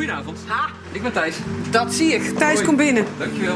Goedenavond. Ha, Ik ben Thijs. dat zie ik. Thijs, Hoi. kom binnen. Dankjewel.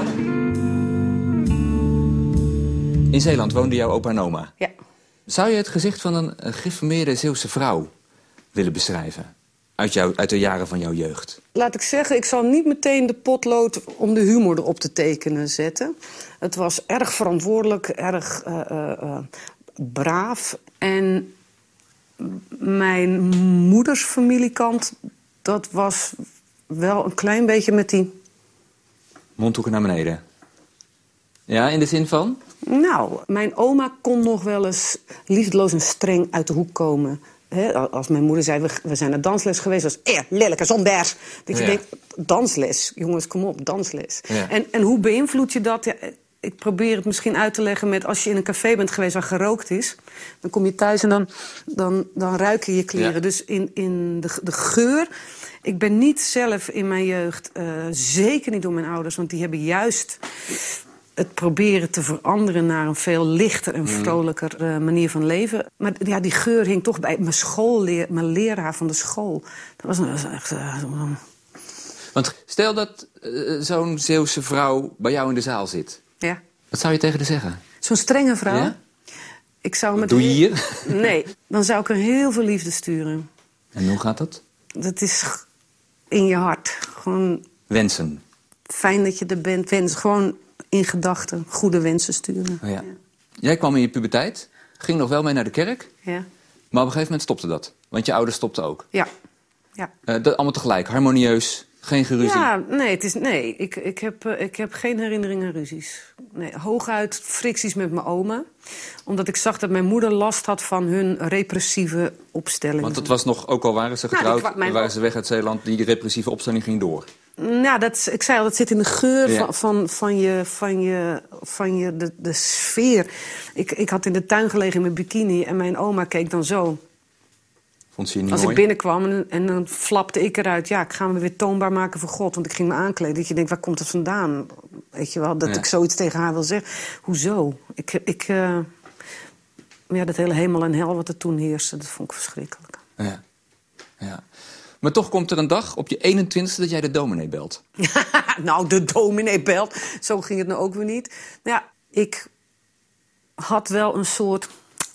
In Zeeland woonde jouw opa en oma. Ja. Zou je het gezicht van een geïnformeerde Zeeuwse vrouw willen beschrijven? Uit de jaren van jouw jeugd. Laat ik zeggen, ik zal niet meteen de potlood om de humor erop te tekenen zetten. Het was erg verantwoordelijk, erg braaf. En mijn moeders familiekant, dat was wel een klein beetje met die... Mondhoeken naar beneden. Ja, in de zin van? Nou, mijn oma kon nog wel eens liefdeloos en streng uit de hoek komen. Als mijn moeder zei, we zijn naar dansles geweest, was lelijke zondaars. Dat je denkt, dansles, jongens, kom op, dansles. Ja. En hoe beïnvloed je dat? Ja, ik probeer het misschien uit te leggen met... als je in een café bent geweest waar gerookt is... dan kom je thuis en dan ruiken je kleren. Ja. Dus in de geur... Ik ben niet zelf in mijn jeugd, zeker niet door mijn ouders... want die hebben juist het proberen te veranderen... naar een veel lichter en vrolijker manier van leven. Maar ja, die geur hing toch bij mijn leraar van de school. Dat was echt... Want stel dat zo'n Zeeuwse vrouw bij jou in de zaal zit. ja. Wat zou je tegen haar zeggen? Zo'n strenge vrouw. Ja? Ik zou Wat met doe je hier? Nee, dan zou ik er heel veel liefde sturen. En hoe gaat dat? Dat is in je hart. Gewoon Wensen. fijn dat je er bent. Gewoon in gedachten goede wensen sturen. Oh ja. Jij kwam in je puberteit, ging nog wel mee naar de kerk... Ja. maar op een gegeven moment stopte dat. Want je ouders stopten ook. Ja. Ja. Dat allemaal tegelijk, harmonieus, geen geruzie. Ja, nee, ik heb geen herinnering aan ruzies. Nee, hooguit fricties met mijn oma. Omdat ik zag dat mijn moeder last had van hun repressieve opstelling. Want het was nog, ook al waren ze getrouwd, waren ze weg uit Zeeland... die repressieve opstelling ging door. Nou, ik zei al, dat zit in de geur Ja. van de sfeer. Ik had in de tuin gelegen in mijn bikini en mijn oma keek dan zo. Vond ze je niet Als mooi? ik binnenkwam en dan flapte ik eruit... ja, ik ga me weer toonbaar maken voor God. Want ik ging me aankleden. Dat je denkt, waar komt het vandaan? Weet je wel, dat Ja. ik zoiets tegen haar wil zeggen. Hoezo? Ja, dat hele hemel en hel wat er toen heerste, dat vond ik verschrikkelijk. Ja. Ja. Maar toch komt er een dag op je 21ste dat jij de dominee belt. Nou, de dominee belt. Zo ging het nou ook weer niet. Nou ja, ik had wel een soort...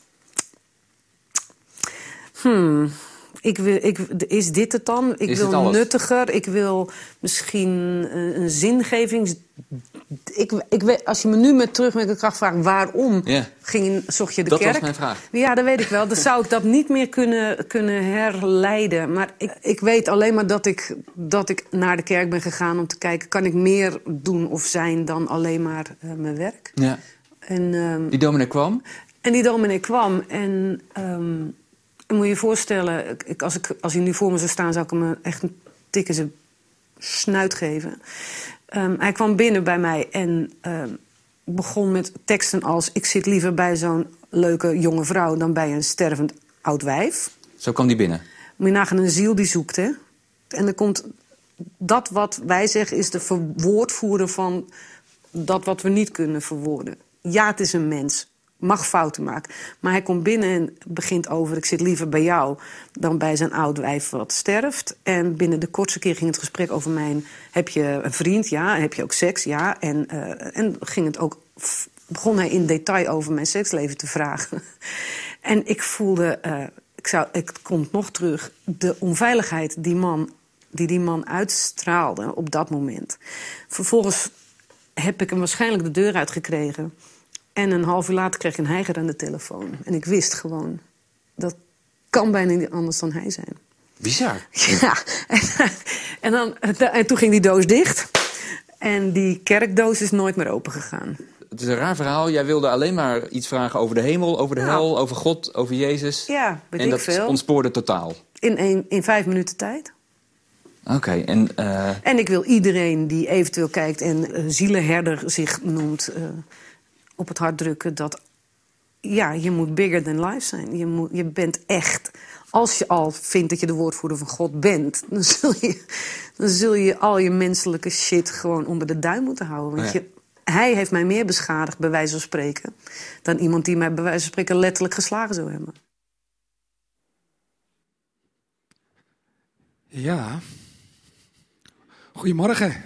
is dit het dan? Ik Is wil dit alles? nuttiger. Ik wil misschien een zingeving. Als je me nu met terugwerkende kracht vraagt waarom Ja. zocht je de Dat kerk? was mijn vraag. Ja, dat weet ik wel. Dan zou ik dat niet meer kunnen herleiden. Maar ik weet alleen maar dat ik naar de kerk ben gegaan om te kijken... kan ik meer doen of zijn dan alleen maar mijn werk? Ja. En, Die dominee kwam. en die dominee kwam en moet je je voorstellen... Als hij nu voor me zou staan, zou ik hem echt een tik in zijn snuit geven. Hij kwam binnen bij mij en begon met teksten als... ik zit liever bij zo'n leuke jonge vrouw dan bij een stervend oud wijf. Zo kwam die binnen. Moet je nagaan, een ziel die zoekt, hè? En dan komt dat wat wij zeggen is de verwoordvoerder van dat wat we niet kunnen verwoorden. Ja, het is een mens. Mag fouten maken. Maar hij komt binnen en begint over... ik zit liever bij jou dan bij zijn oud wijf wat sterft. En binnen de kortste keer ging het gesprek over mijn... heb je een vriend? Ja. En heb je ook seks? Ja. En ging het ook, begon hij in detail over mijn seksleven te vragen. En ik voelde... het komt nog terug. De onveiligheid die man uitstraalde op dat moment. Vervolgens heb ik hem waarschijnlijk de deur uitgekregen... En een half uur later kreeg ik een heiger aan de telefoon. En ik wist gewoon, dat kan bijna niet anders dan hij zijn. Bizar. Ja, en toen ging die doos dicht. En die kerkdoos is nooit meer opengegaan. Het is een raar verhaal. Jij wilde alleen maar iets vragen over de hemel, over de hel, over God, over Jezus. Ja, weet en ik dat veel. ontspoorde totaal. In 5 minuten tijd. Oké, En ik wil iedereen die eventueel kijkt en zielenherder zich noemt... op het hart drukken dat ja, je moet bigger than life zijn. Je bent echt. Als je al vindt dat je de woordvoerder van God bent... dan zul je al je menselijke shit gewoon onder de duim moeten houden. Want hij heeft mij meer beschadigd, bij wijze van spreken... dan iemand die mij bij wijze van spreken letterlijk geslagen zou hebben. Ja, Goedemorgen.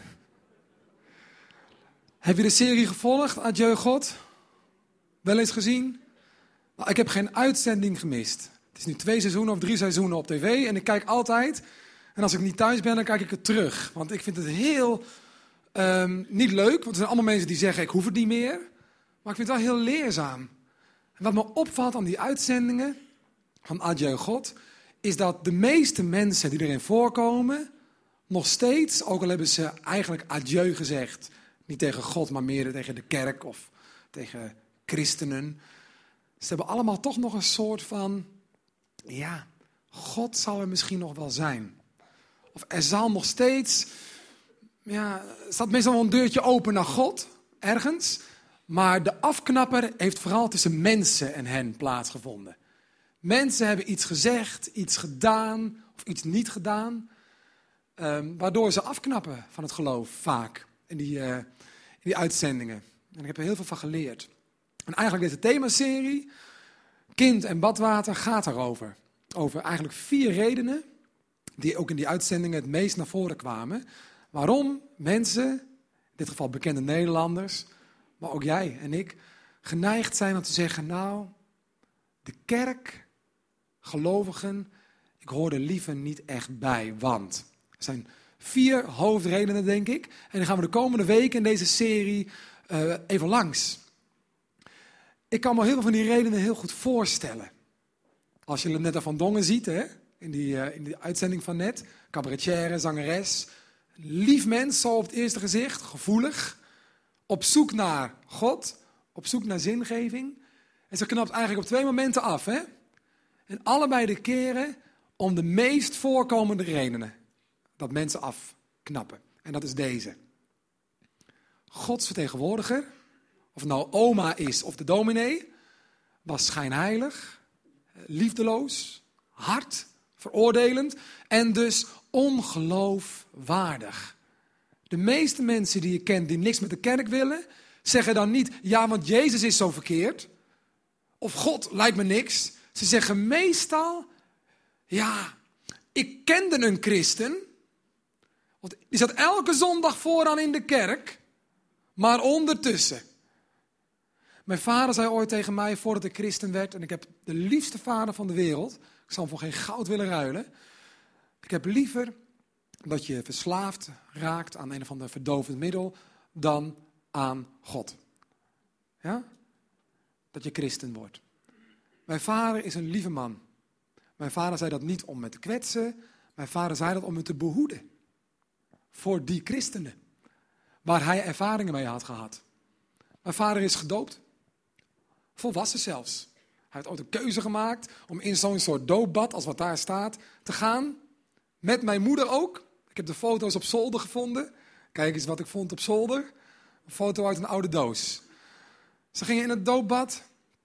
Heb je de serie gevolgd, Adieu God? Wel eens gezien? Nou, ik heb geen uitzending gemist. Het is nu 2 seizoenen of 3 seizoenen op tv en ik kijk altijd. En als ik niet thuis ben, dan kijk ik het terug. Want ik vind het heel niet leuk, want er zijn allemaal mensen die zeggen ik hoef het niet meer. Maar ik vind het wel heel leerzaam. En wat me opvalt aan die uitzendingen van Adieu God, is dat de meeste mensen die erin voorkomen nog steeds, ook al hebben ze eigenlijk adieu gezegd, niet tegen God, maar meer tegen de kerk of tegen christenen. Ze hebben allemaal toch nog een soort van, ja, God zal er misschien nog wel zijn. Of er zal nog steeds, ja, staat meestal wel een deurtje open naar God, ergens. Maar de afknapper heeft vooral tussen mensen en hen plaatsgevonden. Mensen hebben iets gezegd, iets gedaan of iets niet gedaan, waardoor ze afknappen van het geloof vaak in die uitzendingen. En ik heb er heel veel van geleerd. En eigenlijk deze themaserie, Kind en Badwater, gaat daarover. Over eigenlijk 4 redenen die ook in die uitzendingen het meest naar voren kwamen. Waarom mensen, in dit geval bekende Nederlanders, maar ook jij en ik, geneigd zijn om te zeggen, nou, de kerk, gelovigen, ik hoor er liever niet echt bij, want er zijn 4 hoofdredenen, denk ik. En die gaan we de komende weken in deze serie even langs. Ik kan me heel veel van die redenen heel goed voorstellen. Als je Netta van Dongen ziet, hè, in die uitzending van net, cabaretière, zangeres, lief mens, zo op het eerste gezicht, gevoelig, op zoek naar God, op zoek naar zingeving. En ze knapt eigenlijk op 2 momenten af, hè? En allebei de keren om de meest voorkomende redenen dat mensen afknappen. En dat is deze. Gods vertegenwoordiger, of het nou oma is of de dominee, was schijnheilig, liefdeloos, hard, veroordelend en dus ongeloofwaardig. De meeste mensen die je kent die niks met de kerk willen, zeggen dan niet, ja, want Jezus is zo verkeerd. Of God lijkt me niks. Ze zeggen meestal, ja, ik kende een christen. Want die zat elke zondag vooraan in de kerk. Maar ondertussen. Mijn vader zei ooit tegen mij, voordat ik christen werd, en ik heb de liefste vader van de wereld. Ik zou hem voor geen goud willen ruilen. Ik heb liever dat je verslaafd raakt aan een of ander verdovend middel dan aan God. Ja? Dat je christen wordt. Mijn vader is een lieve man. Mijn vader zei dat niet om me te kwetsen. Mijn vader zei dat om me te behoeden. Voor die christenen. Waar hij ervaringen mee had gehad. Mijn vader is gedoopt. Volwassen zelfs. Hij heeft ooit een keuze gemaakt om in zo'n soort doopbad, als wat daar staat, te gaan. Met mijn moeder ook. Ik heb de foto's op zolder gevonden. Kijk eens wat ik vond op zolder. Een foto uit een oude doos. Ze gingen in het doopbad.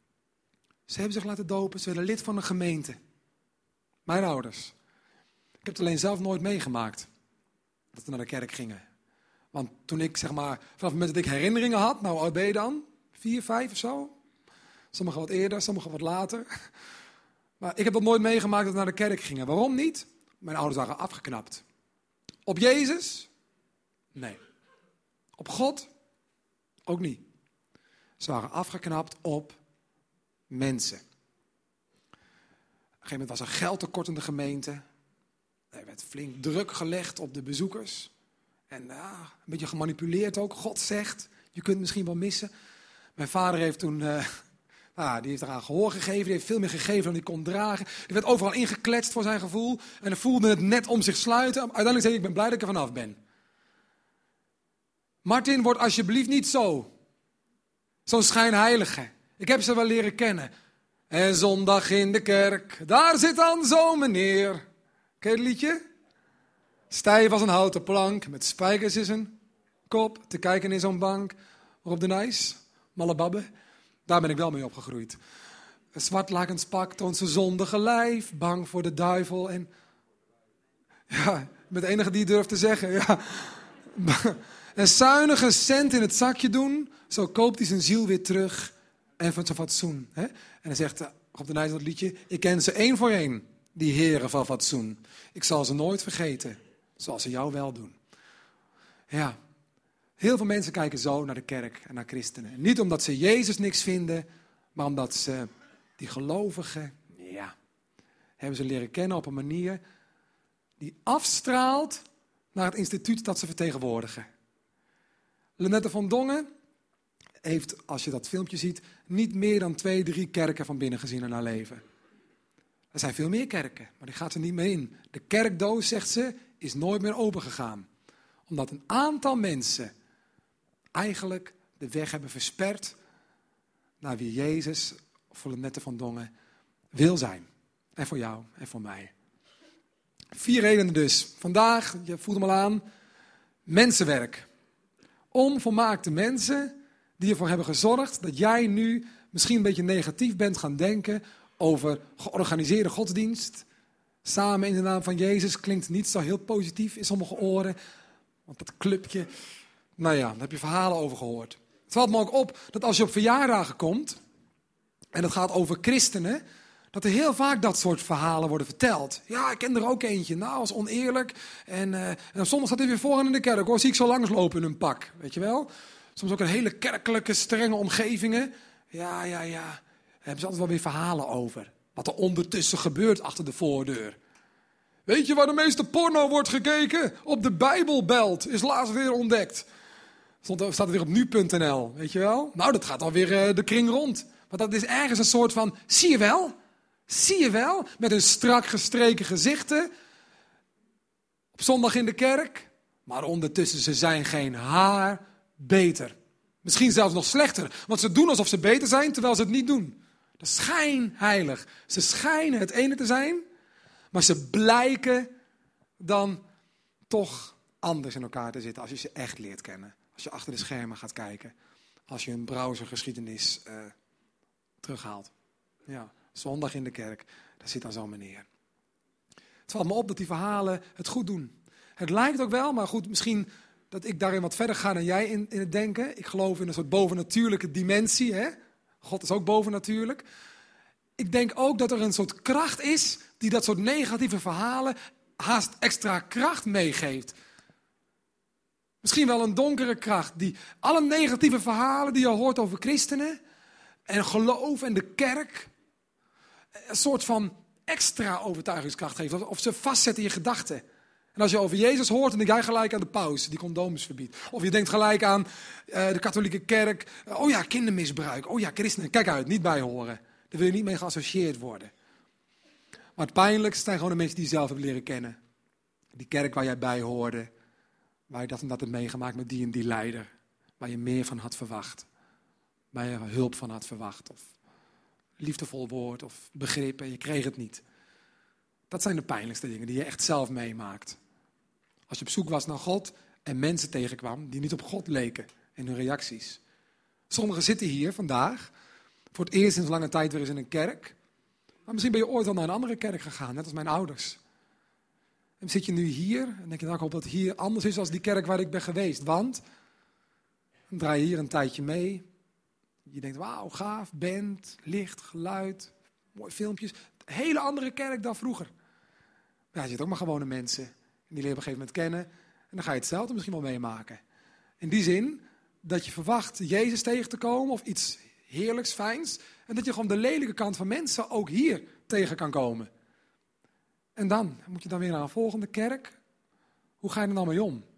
Ze hebben zich laten dopen. Ze werden lid van een gemeente. Mijn ouders. Ik heb het alleen zelf nooit meegemaakt. Dat we naar de kerk gingen. Want toen ik, zeg maar, vanaf het moment dat ik herinneringen had. Nou, oud ben je dan? 4, 5 of zo? Sommigen wat eerder, sommigen wat later. Maar ik heb dat nooit meegemaakt dat we naar de kerk gingen. Waarom niet? Mijn ouders waren afgeknapt. Op Jezus? Nee. Op God? Ook niet. Ze waren afgeknapt op mensen. Op een gegeven moment was er geldtekort in de gemeente. Er werd flink druk gelegd op de bezoekers. En een beetje gemanipuleerd ook. God zegt, je kunt misschien wel missen. Mijn vader heeft toen, die heeft eraan gehoor gegeven. Die heeft veel meer gegeven dan hij kon dragen. Die werd overal ingekletst voor zijn gevoel. En hij voelde het net om zich sluiten. Uiteindelijk zei hij, ik ben blij dat ik er vanaf ben. Martin, word alsjeblieft niet zo. Zo'n schijnheilige. Ik heb ze wel leren kennen. En zondag in de kerk, daar zit dan zo'n meneer. Ken je het liedje? Stijf als een houten plank, met spijkers in zijn kop, te kijken in zo'n bank. Rob de Nijs, malle babbe. Daar ben ik wel mee opgegroeid. Een zwart lakens pak toont zijn zondige lijf, bang voor de duivel. En ja, met de enige die durft te zeggen, ja. En zuinig een cent in het zakje doen, zo koopt hij zijn ziel weer terug en van zijn fatsoen. Hè? En dan zegt Rob de Nijs dat liedje, ik ken ze 1 voor 1, die heren van fatsoen. Ik zal ze nooit vergeten, zoals ze jou wel doen. Ja, heel veel mensen kijken zo naar de kerk en naar christenen. Niet omdat ze Jezus niks vinden, maar omdat ze die gelovigen, hebben ze leren kennen op een manier die afstraalt naar het instituut dat ze vertegenwoordigen. Lenette van Dongen heeft, als je dat filmpje ziet, niet meer dan 2, 3 kerken van binnen gezien in haar leven. Er zijn veel meer kerken, maar die gaat ze niet meer in. De kerkdoos, zegt ze, is nooit meer opengegaan. Omdat een aantal mensen eigenlijk de weg hebben versperd naar wie Jezus, voor Lenette van Dongen, wil zijn. En voor jou en voor mij. 4 redenen dus. Vandaag, je voelt hem al aan, mensenwerk. Onvolmaakte mensen die ervoor hebben gezorgd dat jij nu misschien een beetje negatief bent gaan denken over georganiseerde godsdienst. Samen in de naam van Jezus klinkt niet zo heel positief in sommige oren. Want dat clubje, daar heb je verhalen over gehoord. Het valt me ook op dat als je op verjaardagen komt, en het gaat over christenen, dat er heel vaak dat soort verhalen worden verteld. Ja, ik ken er ook eentje. Nou, was oneerlijk. En soms staat hij weer vooraan in de kerk. Hoor, zie ik zo langslopen in een pak. Weet je wel? Soms ook een hele kerkelijke, strenge omgevingen. Ja. Daar hebben ze altijd wel weer verhalen over. Wat er ondertussen gebeurt achter de voordeur. Weet je waar de meeste porno wordt gekeken? Op de Bijbelbelt. Is laatst weer ontdekt. Staat er weer op nu.nl. Weet je wel? Nou, dat gaat alweer de kring rond. Want dat is ergens een soort van, zie je wel? Zie je wel? Met een strak gestreken gezichten. Op zondag in de kerk. Maar ondertussen, ze zijn geen haar beter. Misschien zelfs nog slechter. Want ze doen alsof ze beter zijn, terwijl ze het niet doen. Dat is schijnheilig. Ze schijnen het ene te zijn, maar ze blijken dan toch anders in elkaar te zitten als je ze echt leert kennen. Als je achter de schermen gaat kijken. Als je een browsergeschiedenis terughaalt. Ja, zondag in de kerk, daar zit dan zo'n meneer. Het valt me op dat die verhalen het goed doen. Het lijkt ook wel, maar goed, misschien dat ik daarin wat verder ga dan jij in het denken. Ik geloof in een soort bovennatuurlijke dimensie. Hè? God is ook bovennatuurlijk. Ik denk ook dat er een soort kracht is die dat soort negatieve verhalen haast extra kracht meegeeft. Misschien wel een donkere kracht die alle negatieve verhalen die je hoort over christenen en geloof en de kerk een soort van extra overtuigingskracht geeft. Of ze vastzetten in je gedachten. En als je over Jezus hoort, dan denk jij gelijk aan de paus die condooms verbiedt. Of je denkt gelijk aan de katholieke kerk. Kindermisbruik. Christenen. Kijk uit, niet bij horen. Daar wil je niet mee geassocieerd worden. Maar het pijnlijkste zijn gewoon de mensen die je zelf hebt leren kennen. Die kerk waar jij bij hoorde. Waar je dat en dat hebt meegemaakt met die en die leider. Waar je meer van had verwacht. Waar je hulp van had verwacht. Of liefdevol woord of begrip en je kreeg het niet. Dat zijn de pijnlijkste dingen die je echt zelf meemaakt. Als je op zoek was naar God en mensen tegenkwam die niet op God leken in hun reacties. Sommigen zitten hier vandaag voor het eerst sinds lange tijd weer eens in een kerk. Maar misschien ben je ooit al naar een andere kerk gegaan, net als mijn ouders. En zit je nu hier en denk je, nou, ik hoop dat het hier anders is dan die kerk waar ik ben geweest. Want dan draai je hier een tijdje mee. Je denkt, wauw, gaaf, band, licht, geluid, mooie filmpjes. Een hele andere kerk dan vroeger. Ja, je zit ook maar gewone mensen. En die leren op een gegeven moment kennen. En dan ga je hetzelfde misschien wel meemaken. In die zin dat je verwacht Jezus tegen te komen of iets heerlijks, fijns. En dat je gewoon de lelijke kant van mensen ook hier tegen kan komen. En dan moet je dan weer naar een volgende kerk. Hoe ga je er dan mee om?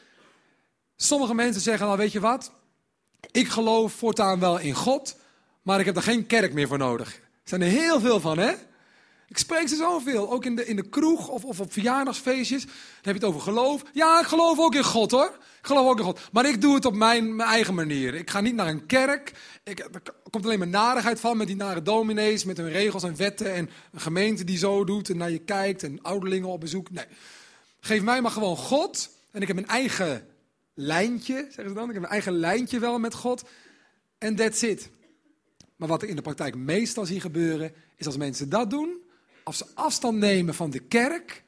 Sommige mensen zeggen dan, weet je wat? Ik geloof voortaan wel in God, maar ik heb er geen kerk meer voor nodig. Er zijn er heel veel van, hè? Ik spreek ze zoveel. Ook in de kroeg of op verjaardagsfeestjes. Dan heb je het over geloof. Ja, ik geloof ook in God, hoor. Ik geloof ook in God. Maar ik doe het op mijn eigen manier. Ik ga niet naar een kerk. Er komt alleen maar narigheid van met die nare dominees, met hun regels en wetten. En een gemeente die zo doet en naar je kijkt en ouderlingen op bezoek. Nee. Geef mij maar gewoon God. En ik heb mijn eigen lijntje, zeggen ze dan. Ik heb mijn eigen lijntje wel met God. En that's it. Maar wat ik in de praktijk meestal zie gebeuren, is als mensen dat doen, als ze afstand nemen van de kerk,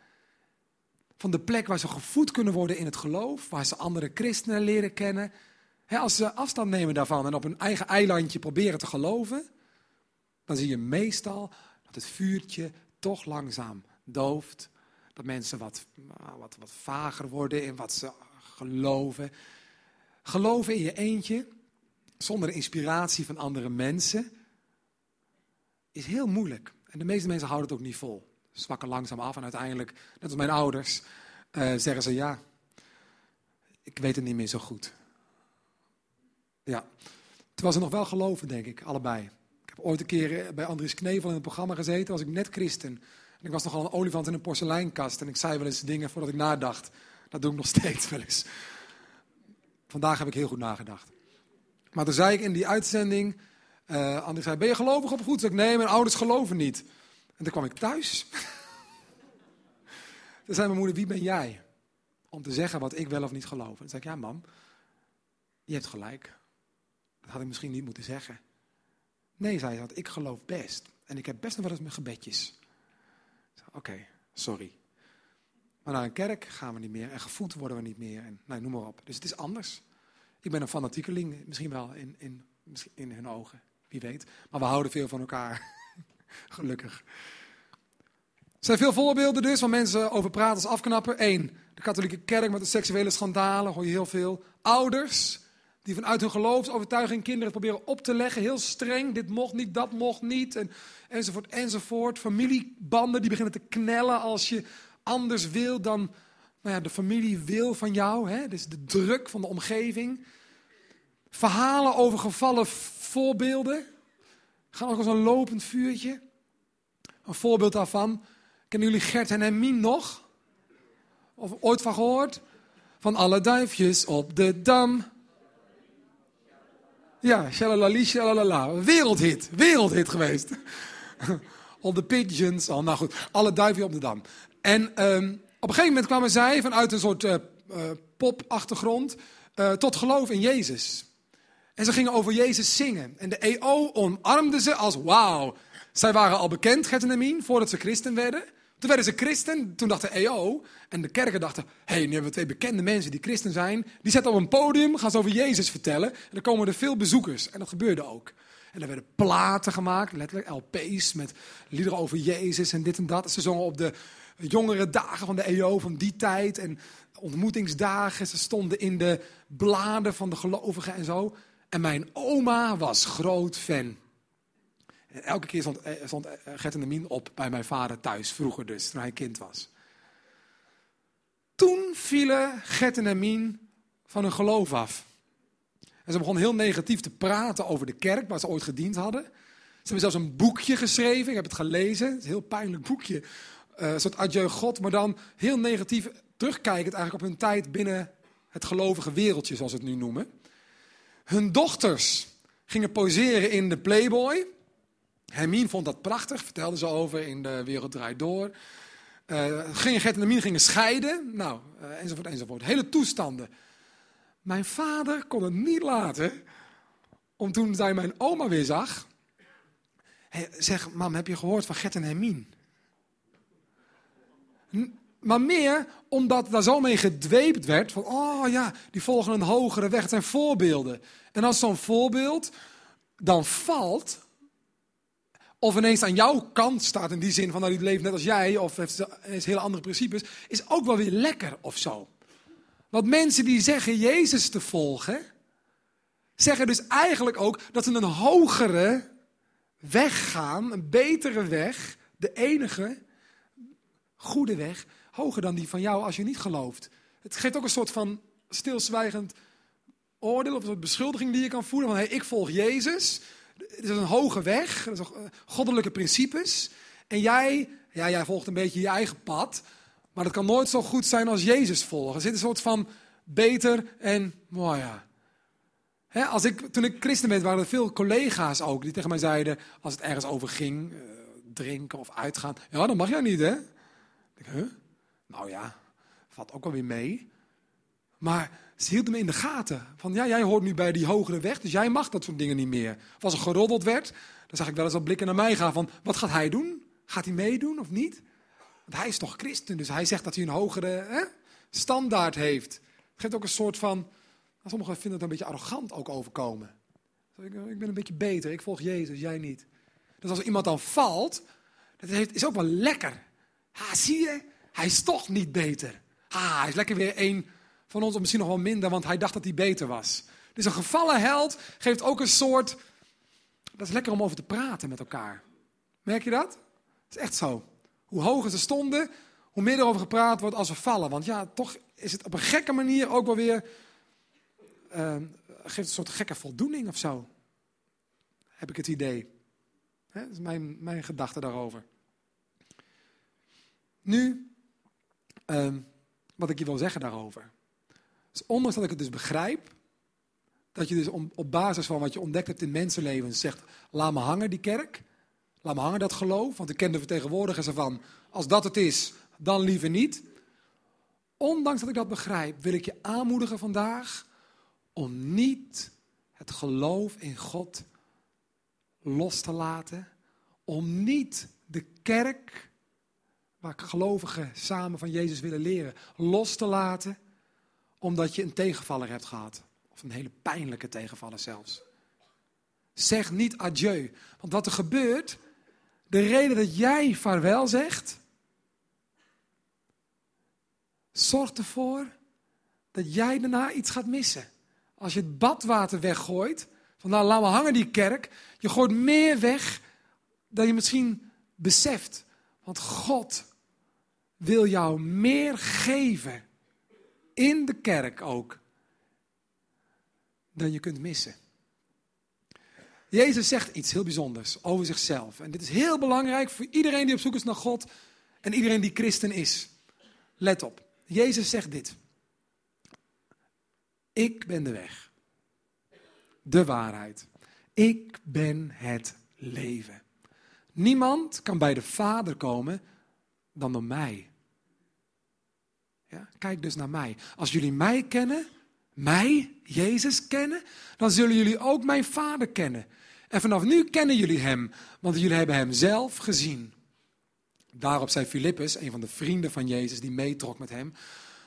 van de plek waar ze gevoed kunnen worden in het geloof, waar ze andere christenen leren kennen. Als ze afstand nemen daarvan en op hun eigen eilandje proberen te geloven, dan zie je meestal dat het vuurtje toch langzaam dooft. Dat mensen wat vager worden in wat ze geloven. Geloven in je eentje, zonder de inspiratie van andere mensen, is heel moeilijk. En de meeste mensen houden het ook niet vol. Ze zwakken langzaam af en uiteindelijk, net als mijn ouders, zeggen ze ja, ik weet het niet meer zo goed. Ja, terwijl ze nog wel geloven, denk ik, allebei. Ik heb ooit een keer bij Andries Knevel in het programma gezeten, was ik net christen. En ik was nogal een olifant in een porseleinkast en ik zei wel eens dingen voordat ik nadacht. Dat doe ik nog steeds wel eens. Vandaag heb ik heel goed nagedacht. Maar toen zei ik in die uitzending, Andries zei, ben je gelovig op goed? Toen zei ik, nee, mijn ouders geloven niet. En toen kwam ik thuis. Toen zei mijn moeder, wie ben jij? Om te zeggen wat ik wel of niet geloof. En toen zei ik, ja mam, je hebt gelijk. Dat had ik misschien niet moeten zeggen. Nee, zei ze, want ik geloof best. En ik heb best nog wel eens mijn gebedjes. Oké, sorry. Maar naar een kerk gaan we niet meer. En gevoed worden we niet meer. En nou, noem maar op. Dus het is anders. Ik ben een fanatiekeling. Misschien wel in hun ogen. Wie weet. Maar we houden veel van elkaar. Gelukkig. Er zijn veel voorbeelden dus van mensen over praten als afknapper. 1. De katholieke kerk met de seksuele schandalen. Hoor je heel veel. Ouders die vanuit hun geloofsovertuiging kinderen proberen op te leggen. Heel streng. Dit mocht niet, dat mocht niet. Enzovoort, enzovoort. Familiebanden die beginnen te knellen als je anders wil dan de familie wil van jou. Hè? Dus de druk van de omgeving. Verhalen over gevallen voorbeelden. Gaan ook als een lopend vuurtje. Een voorbeeld daarvan. Kennen jullie Gert en Hermine nog? Of ooit van gehoord? Van alle duifjes op de dam. Ja, shalalali, shalalala. Wereldhit geweest. All the pigeons. Oh, nou goed, alle duifjes op de dam. En op een gegeven moment kwamen zij vanuit een soort popachtergrond tot geloof in Jezus. En ze gingen over Jezus zingen. En de EO omarmde ze als wauw. Zij waren al bekend, Gert en Hermine, voordat ze christen werden. Toen werden ze christen, toen dacht de EO en de kerken dachten, nu hebben we 2 bekende mensen die christen zijn. Die zetten op een podium, gaan ze over Jezus vertellen. En dan komen er veel bezoekers. En dat gebeurde ook. En er werden platen gemaakt, letterlijk LP's met liederen over Jezus en dit en dat. Ze zongen op de jongere dagen van de EO van die tijd. En ontmoetingsdagen, ze stonden in de bladen van de gelovigen en zo. En mijn oma was groot fan. En elke keer stond Gert en Hermine op bij mijn vader thuis, vroeger dus, toen hij kind was. Toen vielen Gert en Hermine van hun geloof af. En ze begonnen heel negatief te praten over de kerk, waar ze ooit gediend hadden. Ze hebben zelfs een boekje geschreven, ik heb het gelezen. Het is een heel pijnlijk boekje. Een soort adieu God, maar dan heel negatief terugkijkend eigenlijk op hun tijd binnen het gelovige wereldje, zoals ze het nu noemen. Hun dochters gingen poseren in de Playboy. Hermine vond dat prachtig, vertelde ze over in De Wereld Draait Door. Gert en Hermine gingen scheiden, enzovoort, enzovoort. Hele toestanden. Mijn vader kon het niet laten om toen hij mijn oma weer zag. Zeg, mam, heb je gehoord van Gert en Hermine? Maar meer omdat daar zo mee gedweept werd. Van, oh ja, die volgen een hogere weg. Het zijn voorbeelden. En als zo'n voorbeeld dan valt, of ineens aan jouw kant staat in die zin van, die leeft net als jij, of heeft hele andere principes, is ook wel weer lekker of zo. Want mensen die zeggen Jezus te volgen, zeggen dus eigenlijk ook dat ze een hogere weg gaan, een betere weg, de enige goede weg, hoger dan die van jou als je niet gelooft. Het geeft ook een soort van stilzwijgend oordeel of een soort beschuldiging die je kan voelen van, ik volg Jezus. Het is een hoge weg, dat is goddelijke principes. En jij volgt een beetje je eigen pad. Maar dat kan nooit zo goed zijn als Jezus volgen. Er zit een soort van beter en toen ik christen werd, waren er veel collega's ook die tegen mij zeiden, als het ergens over ging, drinken of uitgaan. Ja, dat mag jij niet, hè? Ik dacht, nou ja, valt ook wel weer mee. Maar ze hielden me in de gaten. Van jij hoort nu bij die hogere weg, dus jij mag dat soort dingen niet meer. Of als er geroddeld werd, dan zag ik wel eens al blikken naar mij gaan van, wat gaat hij doen? Gaat hij meedoen of niet? Want hij is toch christen, dus hij zegt dat hij een hogere standaard heeft. Het geeft ook een soort van, sommigen vinden het een beetje arrogant ook overkomen. Ik ben een beetje beter, ik volg Jezus, jij niet. Dus als iemand dan valt, dat is ook wel lekker. Zie je, hij is toch niet beter. Hij is lekker weer één van ons misschien nog wel minder, want hij dacht dat hij beter was. Dus een gevallen held geeft ook een soort... Dat is lekker om over te praten met elkaar. Merk je dat? Dat is echt zo. Hoe hoger ze stonden, hoe meer erover gepraat wordt als we vallen. Want ja, toch is het op een gekke manier ook wel weer... geeft een soort gekke voldoening of zo. Heb ik het idee. Dat is mijn gedachte daarover. Nu, wat ik je wil zeggen daarover. Dus ondanks dat ik het dus begrijp, dat je dus op basis van wat je ontdekt hebt in mensenleven zegt, laat me hangen die kerk, laat me hangen dat geloof, want ik ken de vertegenwoordigers ervan, als dat het is, dan liever niet. Ondanks dat ik dat begrijp, wil ik je aanmoedigen vandaag om niet het geloof in God los te laten, om niet de kerk, waar gelovigen samen van Jezus willen leren, los te laten, omdat je een tegenvaller hebt gehad. Of een hele pijnlijke tegenvaller zelfs. Zeg niet adieu. Want wat er gebeurt, de reden dat jij vaarwel zegt, zorgt ervoor dat jij daarna iets gaat missen. Als je het badwater weggooit, van nou laat me hangen die kerk, je gooit meer weg dan je misschien beseft. Want God wil jou meer geven, in de kerk ook, dan je kunt missen. Jezus zegt iets heel bijzonders over zichzelf. En dit is heel belangrijk voor iedereen die op zoek is naar God en iedereen die christen is. Let op. Jezus zegt dit. Ik ben de weg. De waarheid. Ik ben het leven. Niemand kan bij de Vader komen dan door mij. Ja, kijk dus naar mij. Als jullie mij kennen, mij, Jezus, kennen, dan zullen jullie ook mijn Vader kennen. En vanaf nu kennen jullie hem, want jullie hebben hem zelf gezien. Daarop zei Filippus, een van de vrienden van Jezus die meetrok met hem,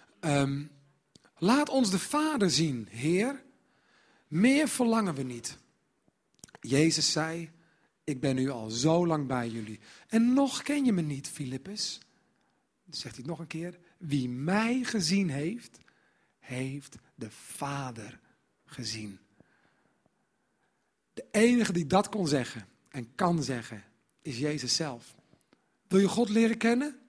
laat ons de Vader zien, Heer. Meer verlangen we niet. Jezus zei, ik ben nu al zo lang bij jullie. En nog ken je me niet, Filippus. Dan zegt hij het nog een keer. Wie mij gezien heeft, heeft de Vader gezien. De enige die dat kon zeggen en kan zeggen, is Jezus zelf. Wil je God leren kennen?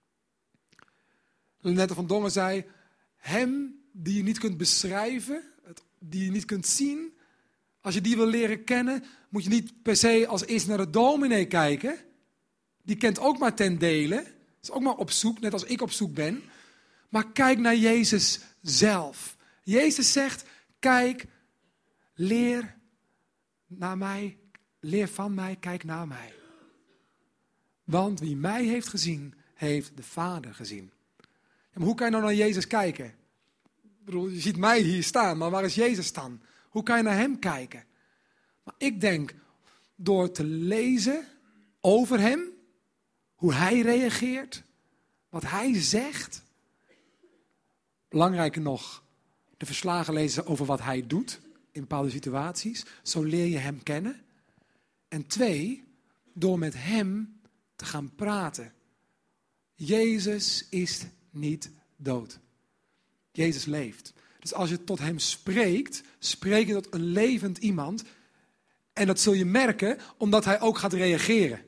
Lenette van Dongen zei, hem die je niet kunt beschrijven, die je niet kunt zien, als je die wil leren kennen, moet je niet per se als eerst naar de dominee kijken. Die kent ook maar ten dele, is ook maar op zoek, net als ik op zoek ben. Maar kijk naar Jezus zelf. Jezus zegt, kijk, leer naar mij, leer van mij, kijk naar mij. Want wie mij heeft gezien, heeft de Vader gezien. Ja, maar hoe kan je nou naar Jezus kijken? Ik bedoel, je ziet mij hier staan, maar waar is Jezus dan? Hoe kan je naar hem kijken? Maar ik denk, door te lezen over hem, hoe hij reageert, wat hij zegt. Belangrijker nog, de verslagen lezen over wat hij doet in bepaalde situaties. Zo leer je hem kennen. En 2, door met hem te gaan praten. Jezus is niet dood. Jezus leeft. Dus als je tot hem spreekt, spreek je tot een levend iemand. En dat zul je merken, omdat hij ook gaat reageren.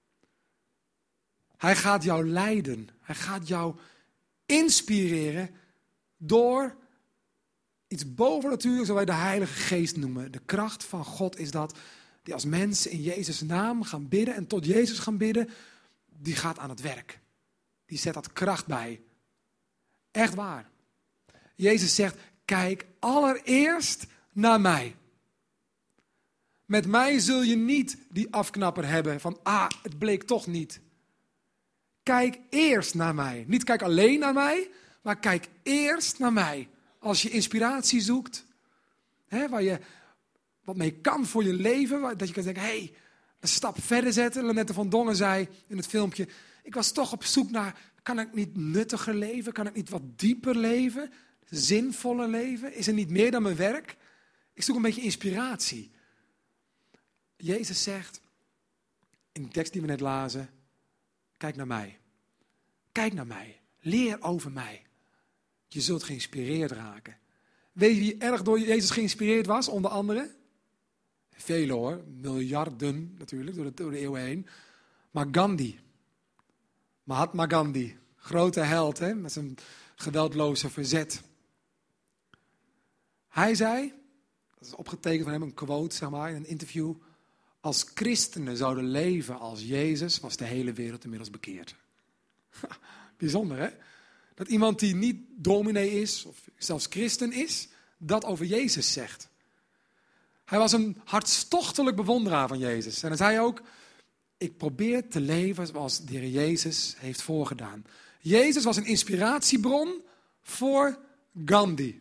Hij gaat jou leiden. Hij gaat jou inspireren door iets bovennatuurlijks, wat wij de Heilige Geest noemen. De kracht van God is dat, die als mensen in Jezus' naam gaan bidden en tot Jezus gaan bidden, die gaat aan het werk. Die zet dat kracht bij. Echt waar. Jezus zegt, kijk allereerst naar mij. Met mij zul je niet die afknapper hebben van, het bleek toch niet. Kijk eerst naar mij. Niet kijk alleen naar mij, maar kijk eerst naar mij. Als je inspiratie zoekt, waar je wat mee kan voor je leven, dat je kan denken, een stap verder zetten. Lenette van Dongen zei in het filmpje, ik was toch op zoek naar, kan ik niet nuttiger leven? Kan ik niet wat dieper leven? Zinvoller leven? Is er niet meer dan mijn werk? Ik zoek een beetje inspiratie. Jezus zegt, in de tekst die we net lazen, kijk naar mij. Kijk naar mij. Leer over mij. Je zult geïnspireerd raken. Weet je wie erg door Jezus geïnspireerd was, onder andere? Vele hoor, miljarden natuurlijk, door de eeuwen heen. Maar Gandhi, Mahatma Gandhi, grote held, hè, met zijn geweldloze verzet. Hij zei, dat is opgetekend van hem, een quote zeg maar, in een interview. Als christenen zouden leven als Jezus, was de hele wereld inmiddels bekeerd. Bijzonder hè? Dat iemand die niet dominee is, of zelfs christen is, dat over Jezus zegt. Hij was een hartstochtelijk bewonderaar van Jezus. En hij zei ook, ik probeer te leven zoals de Heer Jezus heeft voorgedaan. Jezus was een inspiratiebron voor Gandhi.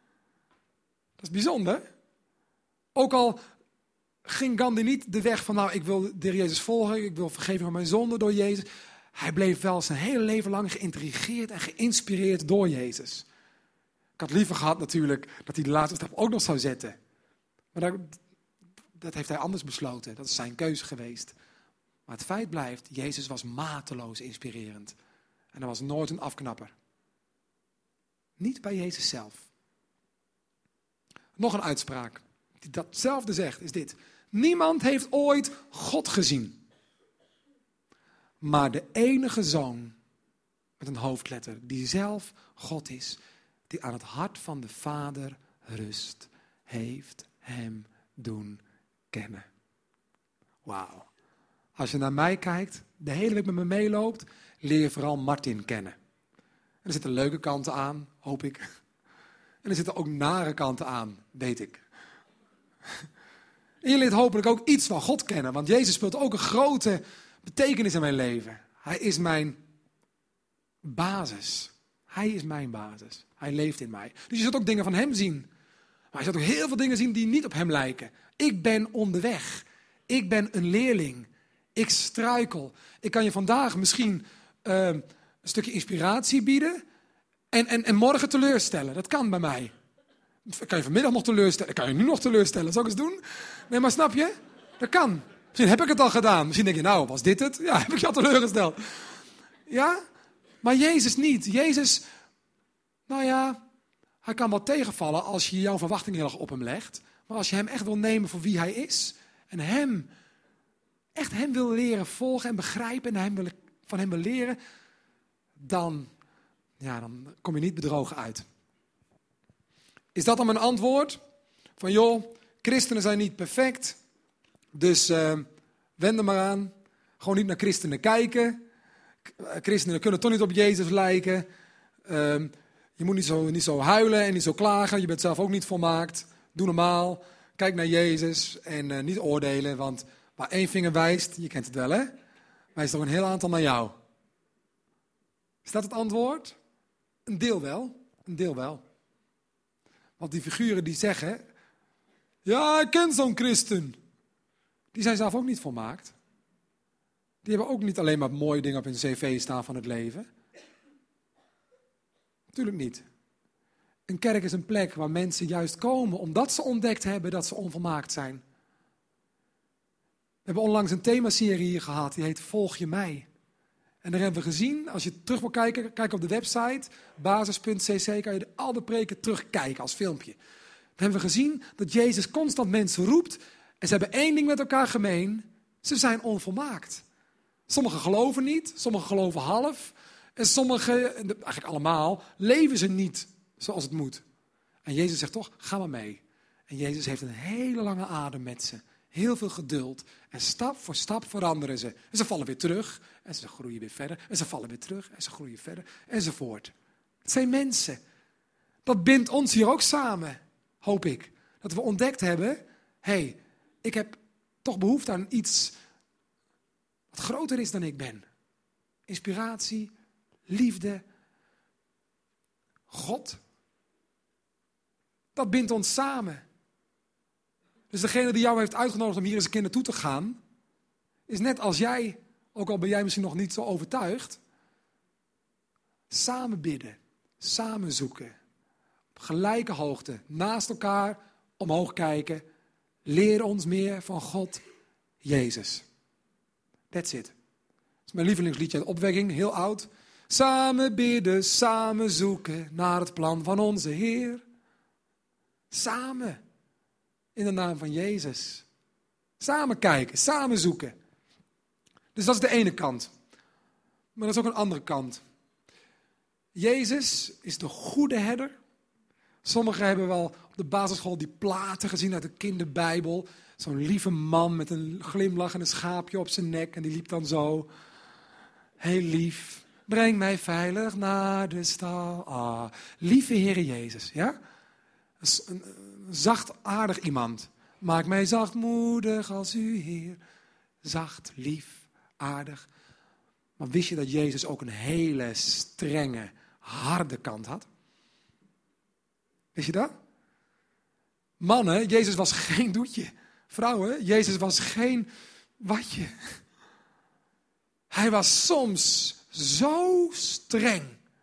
Dat is bijzonder. Ook al ging Gandhi niet de weg van, nou, ik wil de Heer Jezus volgen, ik wil vergeving van mijn zonde door Jezus. Hij bleef wel zijn hele leven lang geïntrigeerd en geïnspireerd door Jezus. Ik had liever gehad natuurlijk dat hij de laatste stap ook nog zou zetten. Maar dat heeft hij anders besloten. Dat is zijn keuze geweest. Maar het feit blijft, Jezus was mateloos inspirerend. En er was nooit een afknapper. Niet bij Jezus zelf. Nog een uitspraak die datzelfde zegt, is dit. Niemand heeft ooit God gezien. Maar de enige Zoon, met een hoofdletter, die zelf God is, die aan het hart van de Vader rust, heeft hem doen kennen. Wauw. Als je naar mij kijkt, de hele week met me meeloopt, leer je vooral Martin kennen. En er zitten leuke kanten aan, hoop ik. En er zitten ook nare kanten aan, weet ik. En je leert hopelijk ook iets van God kennen, want Jezus speelt ook een grote betekenis in mijn leven. Hij is mijn basis. Hij is mijn basis. Hij leeft in mij. Dus je zult ook dingen van hem zien. Maar je zult ook heel veel dingen zien die niet op hem lijken. Ik ben onderweg. Ik ben een leerling. Ik struikel. Ik kan je vandaag misschien een stukje inspiratie bieden en morgen teleurstellen. Dat kan bij mij. Kan je vanmiddag nog teleurstellen? Kan je nu nog teleurstellen? Zal ik eens doen? Nee, maar snap je? Dat kan. Misschien heb ik het al gedaan. Misschien denk je, nou, was dit het? Ja, heb ik je al teleurgesteld. Ja? Maar Jezus niet. Jezus, nou ja, hij kan wel tegenvallen als je jouw verwachting heel erg op hem legt. Maar als je hem echt wil nemen voor wie hij is en hem wil leren volgen en begrijpen en van hem wil leren, dan kom je niet bedrogen uit. Is dat dan mijn antwoord? Van joh, christenen zijn niet perfect, dus wend er maar aan. Gewoon niet naar christenen kijken. Christenen kunnen toch niet op Jezus lijken. Je moet niet zo huilen en niet zo klagen. Je bent zelf ook niet volmaakt. Doe normaal. Kijk naar Jezus en niet oordelen. Want waar één vinger wijst, je kent het wel hè, wijst er ook een heel aantal naar jou. Is dat het antwoord? Een deel wel. Een deel wel. Want die figuren die zeggen, ja, ik ken zo'n christen. Die zijn zelf ook niet volmaakt. Die hebben ook niet alleen maar mooie dingen op hun cv staan van het leven. Natuurlijk niet. Een kerk is een plek waar mensen juist komen omdat ze ontdekt hebben dat ze onvolmaakt zijn. We hebben onlangs een themaserie hier gehad, die heet Volg je mij. En daar hebben we gezien, als je terug wil kijken, kijk op de website, basis.cc, kan je al de preken terugkijken als filmpje. Dan hebben we gezien dat Jezus constant mensen roept en ze hebben één ding met elkaar gemeen, ze zijn onvolmaakt. Sommigen geloven niet, sommigen geloven half. En sommigen, eigenlijk allemaal, leven ze niet zoals het moet. En Jezus zegt toch, ga maar mee. En Jezus heeft een hele lange adem met ze. Heel veel geduld. En stap voor stap veranderen ze. En ze vallen weer terug. En ze groeien weer verder. En ze vallen weer terug. En ze groeien verder. Enzovoort. Het zijn mensen. Dat bindt ons hier ook samen, hoop ik. Dat we ontdekt hebben, hey, ik heb toch behoefte aan iets wat groter is dan ik ben. Inspiratie, liefde, God. Dat bindt ons samen. Dus degene die jou heeft uitgenodigd om hier eens een keer naartoe te gaan, is net als jij, ook al ben jij misschien nog niet zo overtuigd, samen bidden, samen zoeken, op gelijke hoogte, naast elkaar, omhoog kijken, leer ons meer van God, Jezus. That's it. Dat is mijn lievelingsliedje uit Opwekking, heel oud. Samen bidden, samen zoeken naar het plan van onze Heer. Samen. In de naam van Jezus. Samen kijken, samen zoeken. Dus dat is de ene kant. Maar dat is ook een andere kant. Jezus is de goede herder. Sommigen hebben wel op de basisschool die platen gezien uit de kinderbijbel. Zo'n lieve man met een glimlach en een schaapje op zijn nek. En die liep dan zo. Heel lief. Breng mij veilig naar de stal. Ah, lieve Heere Jezus. Ja? Een zachtaardig iemand. Maak mij zachtmoedig als u Heer. Zacht, lief, aardig. Maar wist je dat Jezus ook een hele strenge, harde kant had? Wist je dat? Mannen, Jezus was geen doetje. Vrouwen, Jezus was geen watje. Hij was soms zo streng.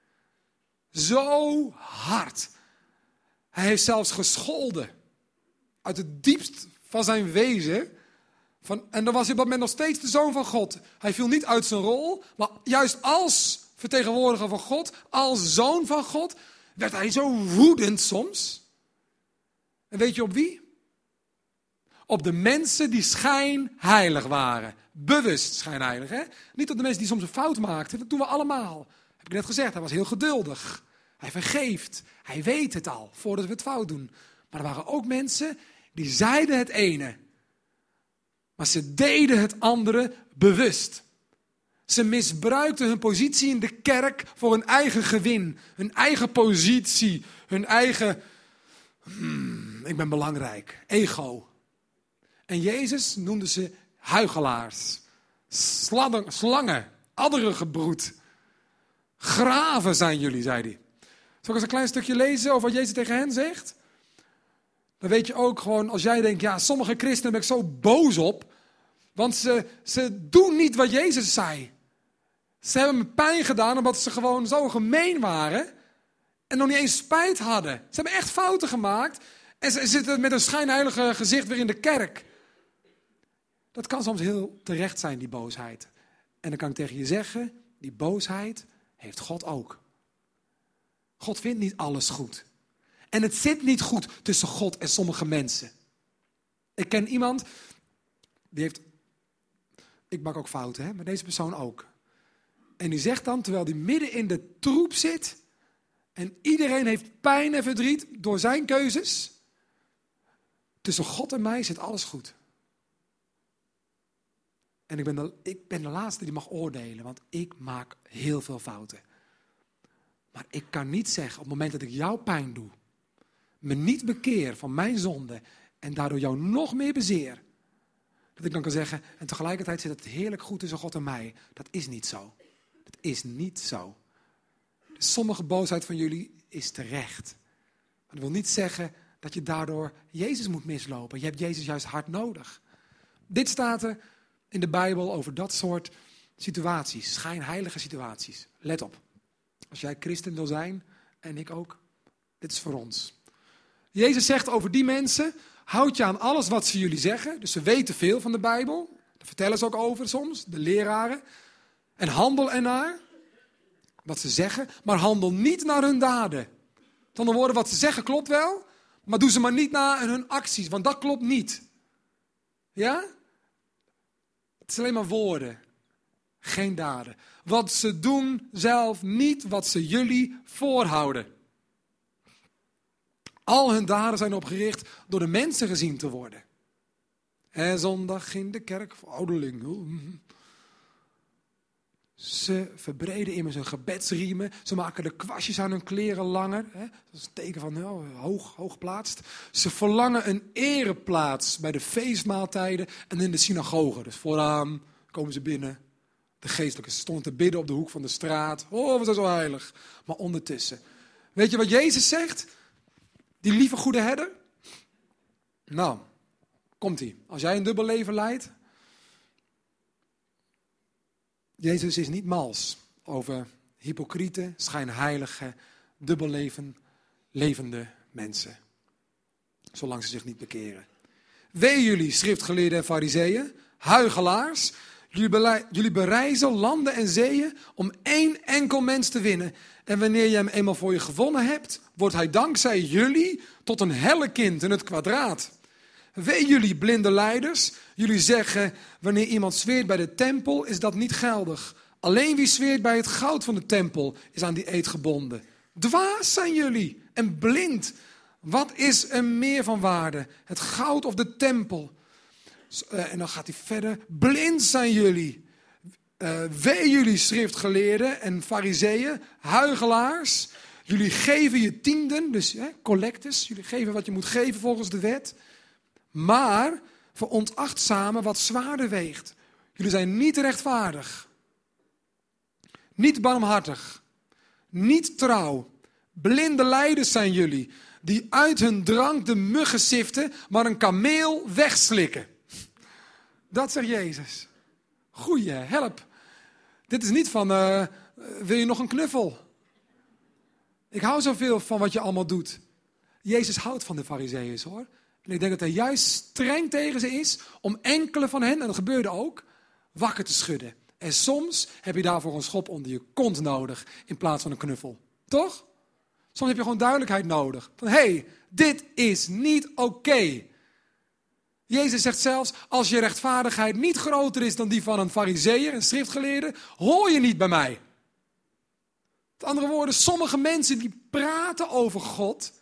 Zo hard. Hij heeft zelfs gescholden. Uit het diepst van zijn wezen. En dan was hij op dat moment nog steeds de Zoon van God. Hij viel niet uit zijn rol. Maar juist als vertegenwoordiger van God, als Zoon van God, werd hij zo woedend soms. En weet je op wie? Op de mensen die schijnheilig waren. Bewust schijnheilig. Hè? Niet op de mensen die soms een fout maakten. Dat doen we allemaal. Heb ik net gezegd, hij was heel geduldig. Hij vergeeft. Hij weet het al, voordat we het fout doen. Maar er waren ook mensen die zeiden het ene. Maar ze deden het andere bewust. Ze misbruikten hun positie in de kerk voor hun eigen gewin. Hun eigen positie. Hun eigen, ik ben belangrijk. Ego. En Jezus noemde ze huichelaars. Slangen. Adderengebroed. Graven zijn jullie, zei hij. Zal ik eens een klein stukje lezen over wat Jezus tegen hen zegt? Dan weet je ook gewoon, als jij denkt, ja, sommige christenen ben ik zo boos op. Want ze doen niet wat Jezus zei. Ze hebben me pijn gedaan omdat ze gewoon zo gemeen waren. En nog niet eens spijt hadden. Ze hebben echt fouten gemaakt. En ze zitten met een schijnheilige gezicht weer in de kerk. Dat kan soms heel terecht zijn, die boosheid. En dan kan ik tegen je zeggen, die boosheid heeft God ook. God vindt niet alles goed. En het zit niet goed tussen God en sommige mensen. Ik ken iemand, die heeft... Ik maak ook fouten, hè? Maar deze persoon ook. En die zegt dan, terwijl die midden in de troep zit... en iedereen heeft pijn en verdriet door zijn keuzes... tussen God en mij zit alles goed. En ik ben de laatste die mag oordelen, want ik maak heel veel fouten. Maar ik kan niet zeggen, op het moment dat ik jou pijn doe... me niet bekeer van mijn zonde... en daardoor jou nog meer bezeer... dat ik dan kan zeggen, en tegelijkertijd zit het heerlijk goed tussen God en mij. Dat is niet zo. Dat is niet zo. Dus sommige boosheid van jullie is terecht. Maar dat wil niet zeggen dat je daardoor Jezus moet mislopen. Je hebt Jezus juist hard nodig. Dit staat er in de Bijbel over dat soort situaties. Schijnheilige situaties. Let op. Als jij christen wil zijn, en ik ook, dit is voor ons. Jezus zegt over die mensen... Houd je aan alles wat ze jullie zeggen. Dus ze weten veel van de Bijbel. Daar vertellen ze ook over soms, de leraren. En handel ernaar. Wat ze zeggen. Maar handel niet naar hun daden. Met andere woorden, wat ze zeggen klopt wel. Maar doe ze maar niet naar hun acties. Want dat klopt niet. Ja? Het is alleen maar woorden. Geen daden. Wat ze doen zelf niet wat ze jullie voorhouden. Al hun daden zijn opgericht door de mensen gezien te worden. En zondag in de kerk voor ouderling. Ze verbreden immers hun gebedsriemen. Ze maken de kwastjes aan hun kleren langer. Dat is een teken van hoog geplaatst. Ze verlangen een ereplaats bij de feestmaaltijden en in de synagogen. Dus vooraan komen ze binnen. De geestelijke stonden te bidden op de hoek van de straat. Oh, we zijn zo heilig. Maar ondertussen. Weet je wat Jezus zegt? Die lieve goede herder? Nou, komt-ie. Als jij een dubbel leven leidt... Jezus is niet mals over hypocriete, schijnheilige, levende mensen. Zolang ze zich niet bekeren. Wee jullie, schriftgeleerden en fariseeën, huichelaars. Jullie bereizen landen en zeeën om 1 enkel mens te winnen. En wanneer je hem eenmaal voor je gewonnen hebt, wordt hij dankzij jullie tot een hellekind in het kwadraat. Wee jullie blinde leiders, jullie zeggen, wanneer iemand zweert bij de tempel, is dat niet geldig. Alleen wie zweert bij het goud van de tempel is aan die eed gebonden. Dwaas zijn jullie en blind. Wat is er meer van waarde? Het goud of de tempel? En dan gaat hij verder. Blind zijn jullie. Wee jullie schriftgeleerden en farizeeën, huigelaars. Jullie geven je tienden, dus collectes. Jullie geven wat je moet geven volgens de wet. Maar veronachtzamen wat zwaarder weegt. Jullie zijn niet rechtvaardig. Niet barmhartig. Niet trouw. Blinde leiders zijn jullie. Die uit hun drank de muggen siften, maar een kameel wegslikken. Dat zegt Jezus. Goeie, help. Dit is niet van, wil je nog een knuffel? Ik hou zoveel van wat je allemaal doet. Jezus houdt van de farizeeën, hoor. En ik denk dat hij juist streng tegen ze is om enkele van hen, en dat gebeurde ook, wakker te schudden. En soms heb je daarvoor een schop onder je kont nodig in plaats van een knuffel. Toch? Soms heb je gewoon duidelijkheid nodig. Van, hé, dit is niet oké. Jezus zegt zelfs, als je rechtvaardigheid niet groter is dan die van een farizeeër, een schriftgeleerde, hoor je niet bij mij. Met andere woorden, sommige mensen die praten over God,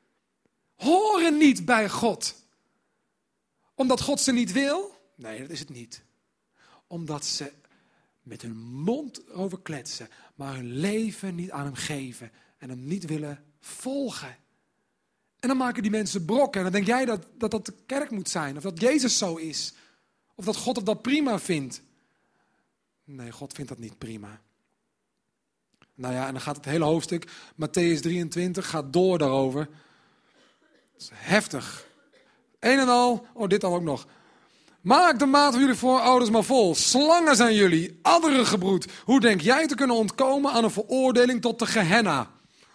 horen niet bij God. Omdat God ze niet wil? Nee, dat is het niet. Omdat ze met hun mond over kletsen, maar hun leven niet aan hem geven en hem niet willen volgen. En dan maken die mensen brokken. En dan denk jij dat de kerk moet zijn. Of dat Jezus zo is. Of dat God dat prima vindt. Nee, God vindt dat niet prima. Nou ja, en dan gaat het hele hoofdstuk, Mattheüs 23, gaat door daarover. Dat is heftig. Een en al, dit al ook nog. Maak de maat van jullie voorouders maar vol. Slangen zijn jullie, adderengebroed. Hoe denk jij te kunnen ontkomen aan een veroordeling tot de Gehenna?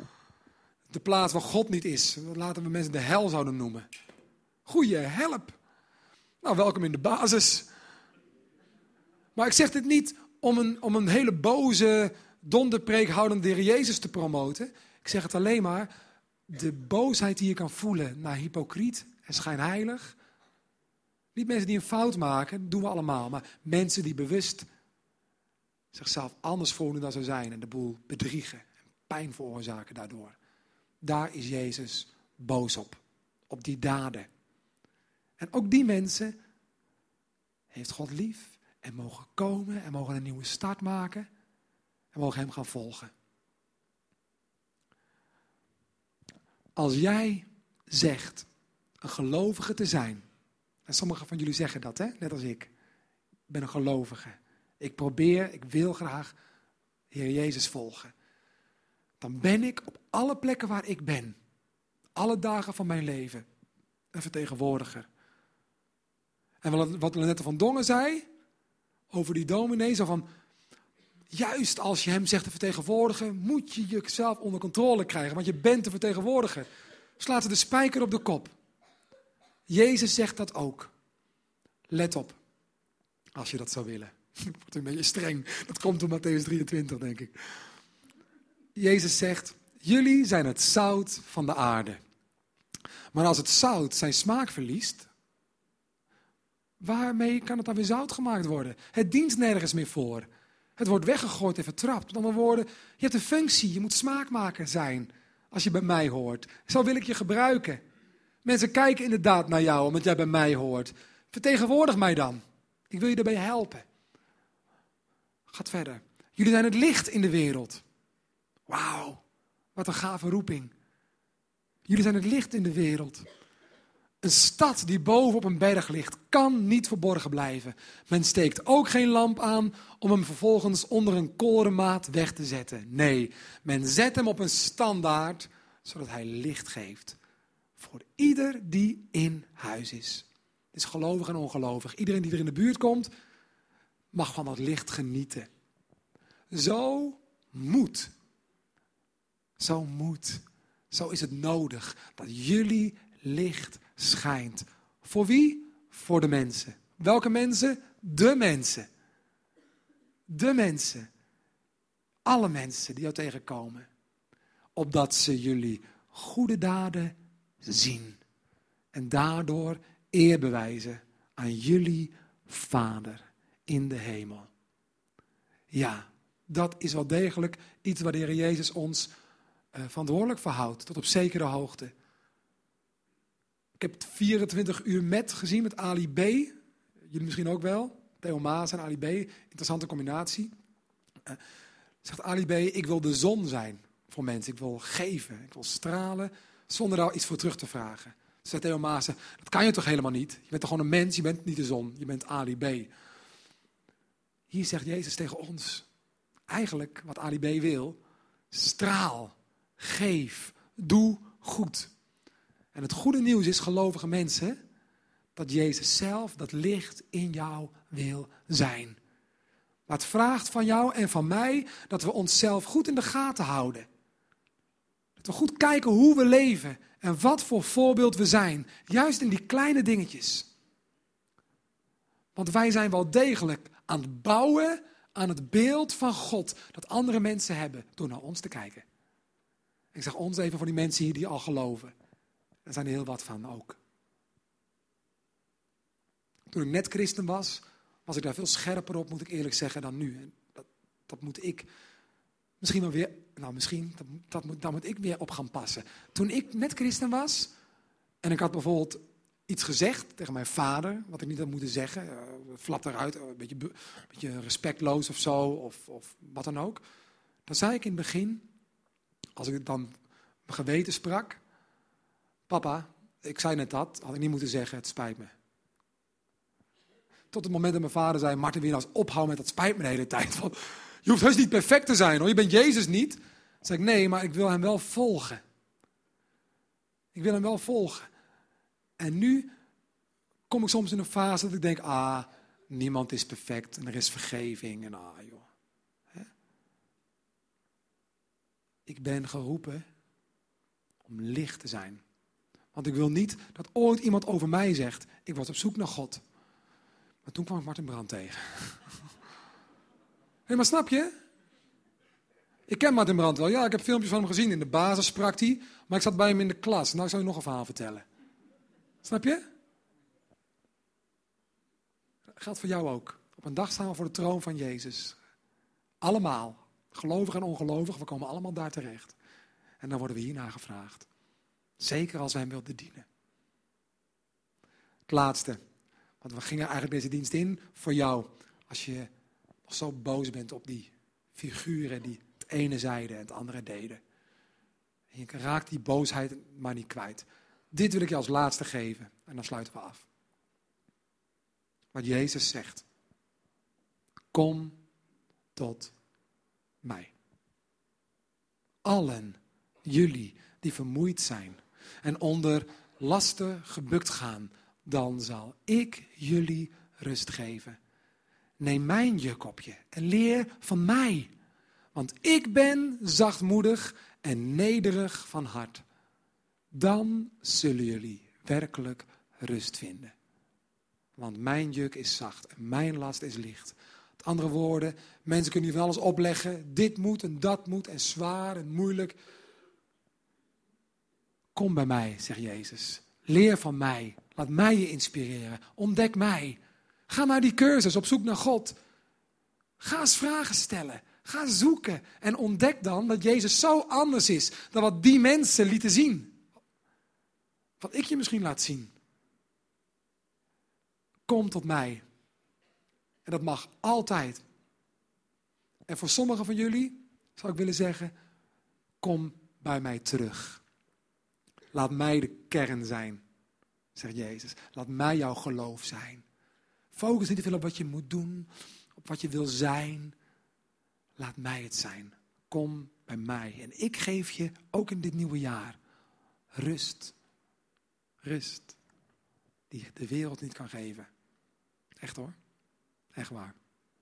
De plaats waar God niet is. Laten we mensen de hel zouden noemen. Goeie, help. Nou, welkom in de basis. Maar ik zeg dit niet om een hele boze donderpreek houdende Heer Jezus te promoten. Ik zeg het alleen maar, de boosheid die je kan voelen naar hypocriet en schijnheilig. Niet mensen die een fout maken, dat doen we allemaal. Maar mensen die bewust zichzelf anders voelen dan ze zijn. En de boel bedriegen en pijn veroorzaken daardoor. Daar is Jezus boos op. Op die daden. En ook die mensen heeft God lief. En mogen komen en mogen een nieuwe start maken. En mogen hem gaan volgen. Als jij zegt een gelovige te zijn. En sommigen van jullie zeggen dat, net als ik. Ik ben een gelovige. Ik wil graag Heer Jezus volgen. Dan ben ik op alle plekken waar ik ben. Alle dagen van mijn leven. Een vertegenwoordiger. En wat Lenette van Dongen zei. Over die dominee. Zo van. Juist als je hem zegt te vertegenwoordigen. Moet je jezelf onder controle krijgen. Want je bent de vertegenwoordiger. Slaat de spijker op de kop. Jezus zegt dat ook. Let op. Als je dat zou willen. Ik word een beetje streng. Dat komt door Mattheüs 23, denk ik. Jezus zegt, jullie zijn het zout van de aarde. Maar als het zout zijn smaak verliest, waarmee kan het dan weer zout gemaakt worden? Het dient nergens meer voor. Het wordt weggegooid en vertrapt. Met andere woorden, je hebt een functie, je moet smaakmaker zijn als je bij mij hoort. Zo wil ik je gebruiken. Mensen kijken inderdaad naar jou omdat jij bij mij hoort. Vertegenwoordig mij dan. Ik wil je daarbij helpen. Gaat verder. Jullie zijn het licht in de wereld. Wauw, wat een gave roeping. Jullie zijn het licht in de wereld. Een stad die boven op een berg ligt, kan niet verborgen blijven. Men steekt ook geen lamp aan om hem vervolgens onder een korenmaat weg te zetten. Nee, men zet hem op een standaard, zodat hij licht geeft. Voor ieder die in huis is. Het is gelovig en ongelovig. Iedereen die er in de buurt komt, mag van dat licht genieten. Zo moet. Zo is het nodig dat jullie licht schijnt. Voor wie? Voor de mensen. Welke mensen? De mensen. de mensen, alle mensen die jou tegenkomen, opdat ze jullie goede daden zien en daardoor eer bewijzen aan jullie Vader in de hemel. Ja, dat is wel degelijk iets waar de Heer Jezus ons verantwoordelijk voor houdt, tot op zekere hoogte. Ik heb 24 uur met gezien met Ali B. Jullie misschien ook wel. Theo Maas en Ali B. Interessante combinatie. Zegt Ali B, ik wil de zon zijn voor mensen. Ik wil geven, ik wil stralen, zonder daar iets voor terug te vragen. Zegt Theo Maas, dat kan je toch helemaal niet? Je bent toch gewoon een mens, je bent niet de zon, je bent Ali B. Hier zegt Jezus tegen ons, eigenlijk wat Ali B wil, straal, geef, doe goed. En het goede nieuws is, gelovige mensen, dat Jezus zelf dat licht in jou wil zijn. Maar het vraagt van jou en van mij dat we onszelf goed in de gaten houden. Dat we goed kijken hoe we leven en wat voor voorbeeld we zijn. Juist in die kleine dingetjes. Want wij zijn wel degelijk aan het bouwen aan het beeld van God dat andere mensen hebben door naar ons te kijken. Ik zeg ons even voor die mensen hier die al geloven. Daar zijn er heel wat van ook. Toen ik net christen was ik daar veel scherper op, moet ik eerlijk zeggen, dan nu. En dat moet ik misschien wel weer, daar moet ik weer op gaan passen. Toen ik net christen was en ik had bijvoorbeeld iets gezegd tegen mijn vader, wat ik niet had moeten zeggen, flap eruit, een beetje respectloos of zo, of wat dan ook. Dan zei ik in het begin, als ik dan mijn geweten sprak, papa, ik zei net dat, had ik niet moeten zeggen, het spijt me. Tot het moment dat mijn vader zei, Martin, wil je nou eens ophouden met dat spijt me de hele tijd. Want je hoeft heus niet perfect te zijn hoor, je bent Jezus niet. Dan zei ik, nee, maar ik wil hem wel volgen. Ik wil hem wel volgen. En nu kom ik soms in een fase dat ik denk, niemand is perfect en er is vergeving. En joh. Hè? Ik ben geroepen om licht te zijn. Want ik wil niet dat ooit iemand over mij zegt, ik was op zoek naar God. Maar toen kwam ik Martin Brand tegen. Hé, maar snap je? Ik ken Martin Brand wel. Ja, ik heb filmpjes van hem gezien. In de basis sprak hij. Maar ik zat bij hem in de klas. Nou, ik zal je nog een verhaal vertellen. Snap je? Dat geldt voor jou ook. Op een dag staan we voor de troon van Jezus. Allemaal. Gelovig en ongelovig. We komen allemaal daar terecht. En dan worden we hierna gevraagd. Zeker als we hem wilden dienen. Het laatste. Want we gingen eigenlijk deze dienst in voor jou. Als je nog zo boos bent op die figuren die het ene zeiden en het andere deden. En je raakt die boosheid maar niet kwijt. Dit wil ik je als laatste geven. En dan sluiten we af. Wat Jezus zegt. Kom tot mij. Allen jullie die vermoeid zijn en onder lasten gebukt gaan, dan zal ik jullie rust geven. Neem mijn juk op je en leer van mij. Want ik ben zachtmoedig en nederig van hart. Dan zullen jullie werkelijk rust vinden. Want mijn juk is zacht en mijn last is licht. Met andere woorden, mensen kunnen je van alles opleggen. Dit moet en dat moet en zwaar en moeilijk. Kom bij mij, zegt Jezus. Leer van mij. Laat mij je inspireren. Ontdek mij. Ga naar die cursus op zoek naar God. Ga eens vragen stellen. Ga zoeken. En ontdek dan dat Jezus zo anders is dan wat die mensen lieten zien. Wat ik je misschien laat zien. Kom tot mij. En dat mag altijd. En voor sommigen van jullie zou ik willen zeggen, kom bij mij terug. Laat mij de kern zijn, zegt Jezus. Laat mij jouw geloof zijn. Focus niet te veel op wat je moet doen, op wat je wil zijn. Laat mij het zijn. Kom bij mij. En ik geef je, ook in dit nieuwe jaar, rust. Rust. Die de wereld niet kan geven. Echt hoor. Echt waar.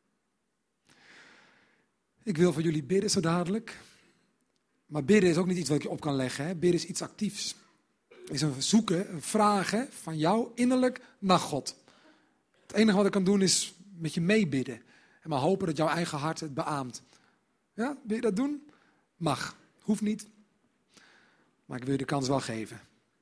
Ik wil voor jullie bidden zo dadelijk. Maar bidden is ook niet iets wat je op kan leggen. Hè? Bidden is iets actiefs. Het is een zoeken, een vragen van jou innerlijk naar God. Het enige wat ik kan doen is met je meebidden. En En maar hopen dat jouw eigen hart het beaamt. Ja, wil je dat doen? Mag. Hoeft niet. Maar ik wil je de kans wel geven.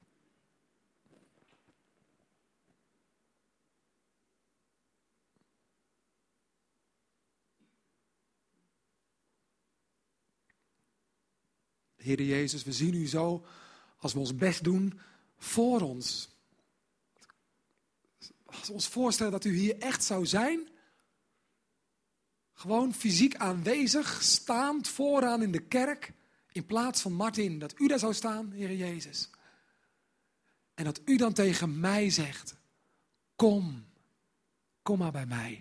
Heere Jezus, we zien u zo, als we ons best doen, voor ons. Als we ons voorstellen dat u hier echt zou zijn, gewoon fysiek aanwezig, staand vooraan in de kerk, in plaats van Martin, dat u daar zou staan, Heere Jezus. En dat u dan tegen mij zegt, kom maar bij mij.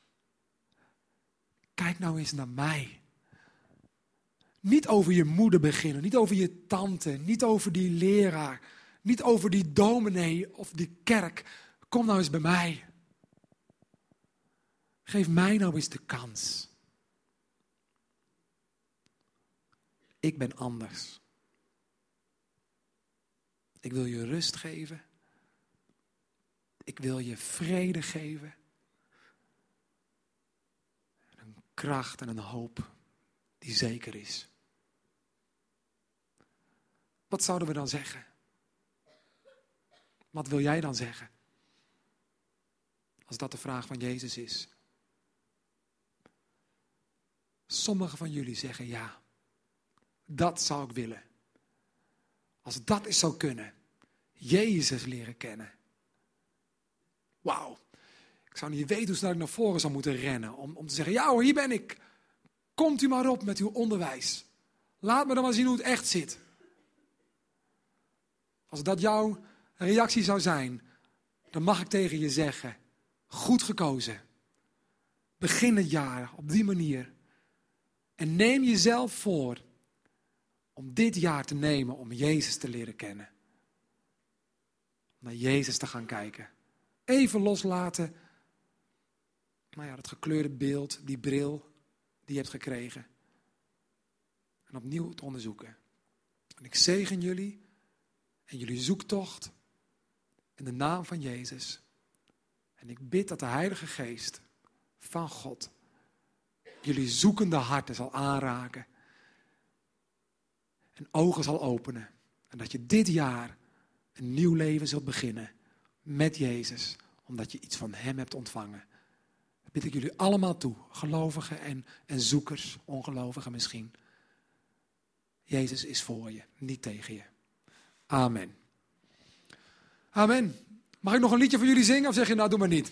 Kijk nou eens naar mij. Niet over je moeder beginnen, niet over je tante, niet over die leraar, niet over die dominee of die kerk. Kom nou eens bij mij. Geef mij nou eens de kans. Ik ben anders. Ik wil je rust geven. Ik wil je vrede geven. Een kracht en een hoop die zeker is. Wat zouden we dan zeggen? Wat wil jij dan zeggen? Als dat de vraag van Jezus is. Sommigen van jullie zeggen ja. Dat zou ik willen. Als dat eens zou kunnen. Jezus leren kennen. Wauw. Ik zou niet weten hoe snel ik naar voren zou moeten rennen. Om te zeggen, ja hoor, hier ben ik. Komt u maar op met uw onderwijs. Laat me dan maar zien hoe het echt zit. Als dat jouw reactie zou zijn, dan mag ik tegen je zeggen, goed gekozen. Begin het jaar op die manier. En neem jezelf voor om dit jaar te nemen om Jezus te leren kennen. Om naar Jezus te gaan kijken. Even loslaten. Dat gekleurde beeld, die bril die je hebt gekregen. En opnieuw te onderzoeken. En ik zegen jullie en jullie zoektocht in de naam van Jezus. En ik bid dat de Heilige Geest van God jullie zoekende harten zal aanraken. En ogen zal openen. En dat je dit jaar een nieuw leven zult beginnen met Jezus. Omdat je iets van Hem hebt ontvangen. Dat bid ik jullie allemaal toe. Gelovigen en zoekers, ongelovigen misschien. Jezus is voor je, niet tegen je. Amen. Amen. Mag ik nog een liedje voor jullie zingen of zeg je nou doe maar niet?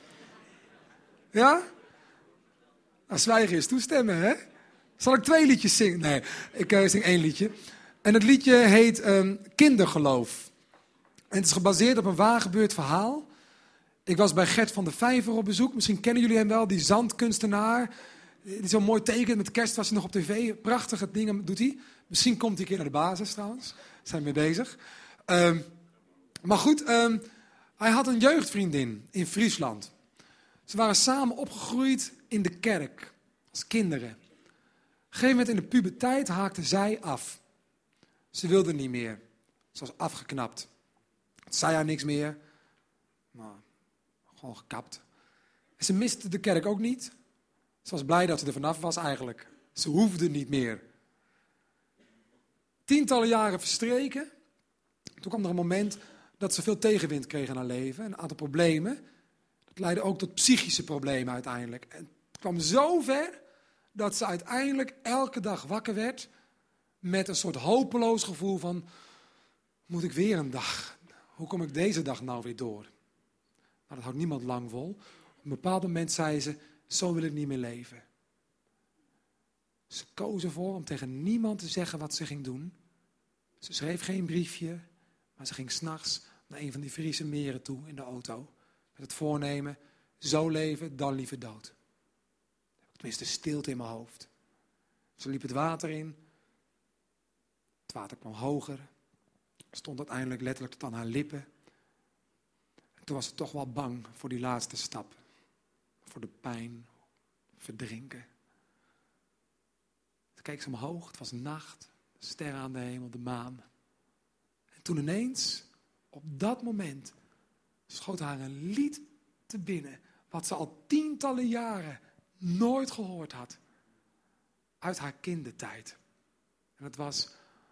Ja? Nou, zwijgen is toestemmen, hè? Zal ik 2 liedjes zingen? Nee, ik zing 1 liedje. En het liedje heet Kindergeloof. En het is gebaseerd op een waar gebeurd verhaal. Ik was bij Gert van de Vijver op bezoek. Misschien kennen jullie hem wel, die zandkunstenaar. Die zo mooi tekent, met kerst was hij nog op tv. Prachtige dingen doet hij. Misschien komt hij een keer naar de basis trouwens. Daar zijn we mee bezig. Maar goed, hij had een jeugdvriendin in Friesland. Ze waren samen opgegroeid in de kerk, als kinderen. Op een gegeven moment in de puberteit haakte zij af. Ze wilde niet meer. Ze was afgeknapt. Het zei haar niks meer. Maar gewoon gekapt. En ze miste de kerk ook niet. Ze was blij dat ze er vanaf was eigenlijk. Ze hoefde niet meer. Tientallen jaren verstreken. Toen kwam er een moment dat ze veel tegenwind kreeg in haar leven. Een aantal problemen. Dat leidde ook tot psychische problemen uiteindelijk. En het kwam zo ver dat ze uiteindelijk elke dag wakker werd met een soort hopeloos gevoel van, moet ik weer een dag? Hoe kom ik deze dag nou weer door? Maar dat houdt niemand lang vol. Op een bepaald moment zei ze, zo wil ik niet meer leven. Ze koos ervoor om tegen niemand te zeggen wat ze ging doen. Ze schreef geen briefje, maar ze ging 's nachts naar een van die Friese meren toe in de auto. Met het voornemen, zo leven, dan liever dood. Tenminste, stilte in mijn hoofd. Ze liep het water in. Het water kwam hoger. Stond uiteindelijk letterlijk tot aan haar lippen. En toen was ze toch wel bang voor die laatste stap. Voor de pijn, verdrinken. Toen keek ze omhoog, het was nacht. Sterren aan de hemel, de maan. En toen ineens, op dat moment, schoot haar een lied te binnen. Wat ze al tientallen jaren nooit gehoord had. Uit haar kindertijd. En het was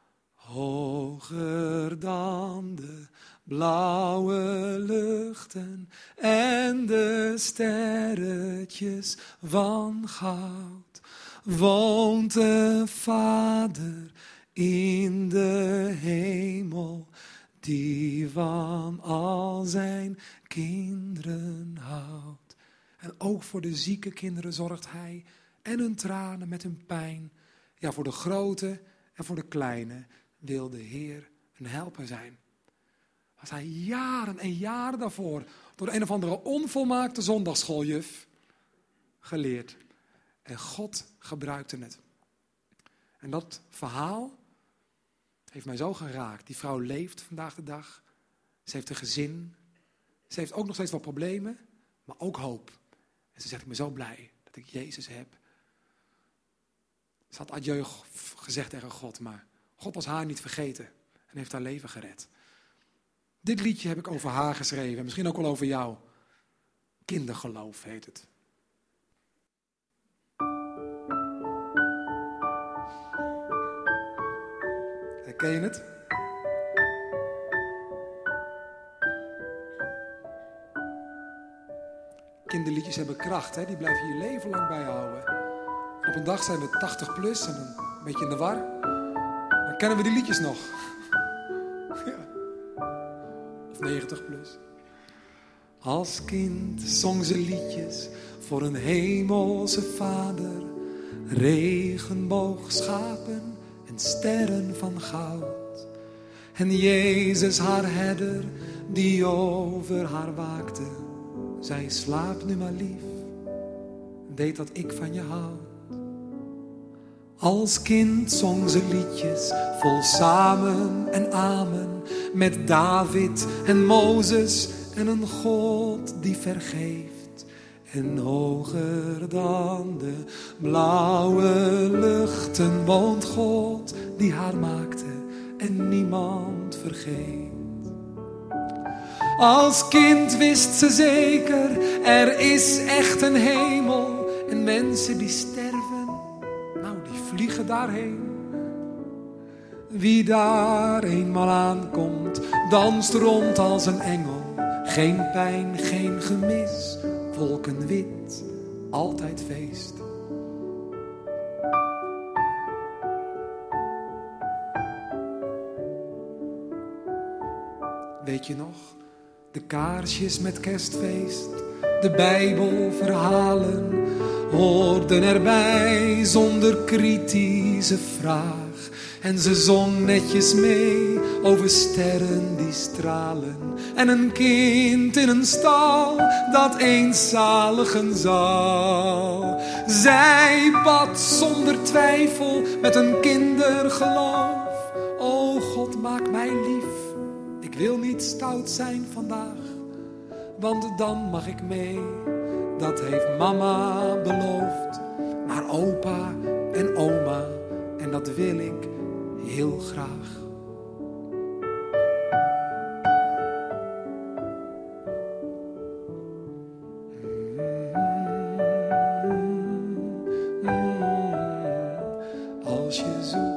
hoger dan de blauwe luchten en de sterretjes van goud. Woont de Vader in de hemel, die van al zijn kinderen houdt. En ook voor de zieke kinderen zorgt hij. En hun tranen met hun pijn. Ja, voor de grote en voor de kleine wil de Heer een helper zijn. Was hij jaren en jaren daarvoor door een of andere onvolmaakte zondagsschooljuf geleerd. En God gebruikte het. En dat verhaal heeft mij zo geraakt. Die vrouw leeft vandaag de dag. Ze heeft een gezin. Ze heeft ook nog steeds wat problemen, maar ook hoop. En ze zegt, ik ben zo blij dat ik Jezus heb. Ze had adieu gezegd tegen God, maar God was haar niet vergeten en heeft haar leven gered. Dit liedje heb ik over haar geschreven, misschien ook wel over jou. Kindergeloof heet het. Herken je het? Kinderliedjes hebben kracht, hè? Die blijven je leven lang bijhouden. Op een dag zijn we 80 plus en een beetje in de war. Dan kennen we die liedjes nog. Ja. Of 90 plus. Als kind zong ze liedjes voor een hemelse vader. Regenboogschapen en sterren van goud. En Jezus haar herder die over haar waakte. Zij slaap nu maar lief, weet dat ik van je houd. Als kind zong ze liedjes vol samen en amen. Met David en Mozes en een God die vergeeft. En hoger dan de blauwe luchten woont God die haar maakte en niemand vergeet. Als kind wist ze zeker, er is echt een hemel. En mensen die sterven, nou die vliegen daarheen. Wie daar eenmaal aankomt, danst rond als een engel. Geen pijn, geen gemis, wolkenwit, altijd feest. Weet je nog? De kaarsjes met kerstfeest, de Bijbelverhalen hoorden erbij zonder kritische vraag. En ze zong netjes mee over sterren die stralen. En een kind in een stal dat eens zaligen zal. Zij bad zonder twijfel met een kindergeloof. O God, maak mij lief. Ik wil niet stout zijn vandaag, want dan mag ik mee. Dat heeft mama beloofd, maar opa en oma, en dat wil ik heel graag. Als je zoekt.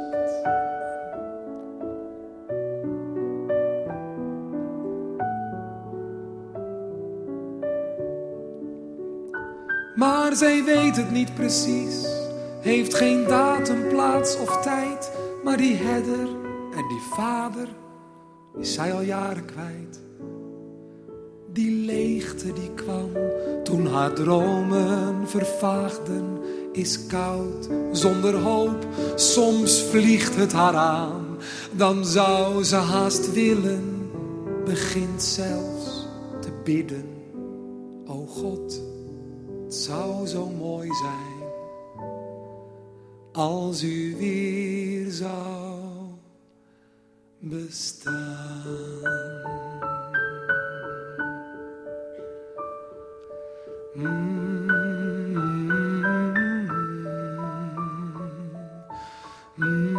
Maar zij weet het niet precies, heeft geen datum, plaats of tijd. Maar die herder en die vader is zij al jaren kwijt. Die leegte die kwam toen haar dromen vervaagden, is koud, zonder hoop, soms vliegt het haar aan. Dan zou ze haast willen, begint zelfs te bidden. O God, het zou zo mooi zijn als u weer zou bestaan. Mm-hmm.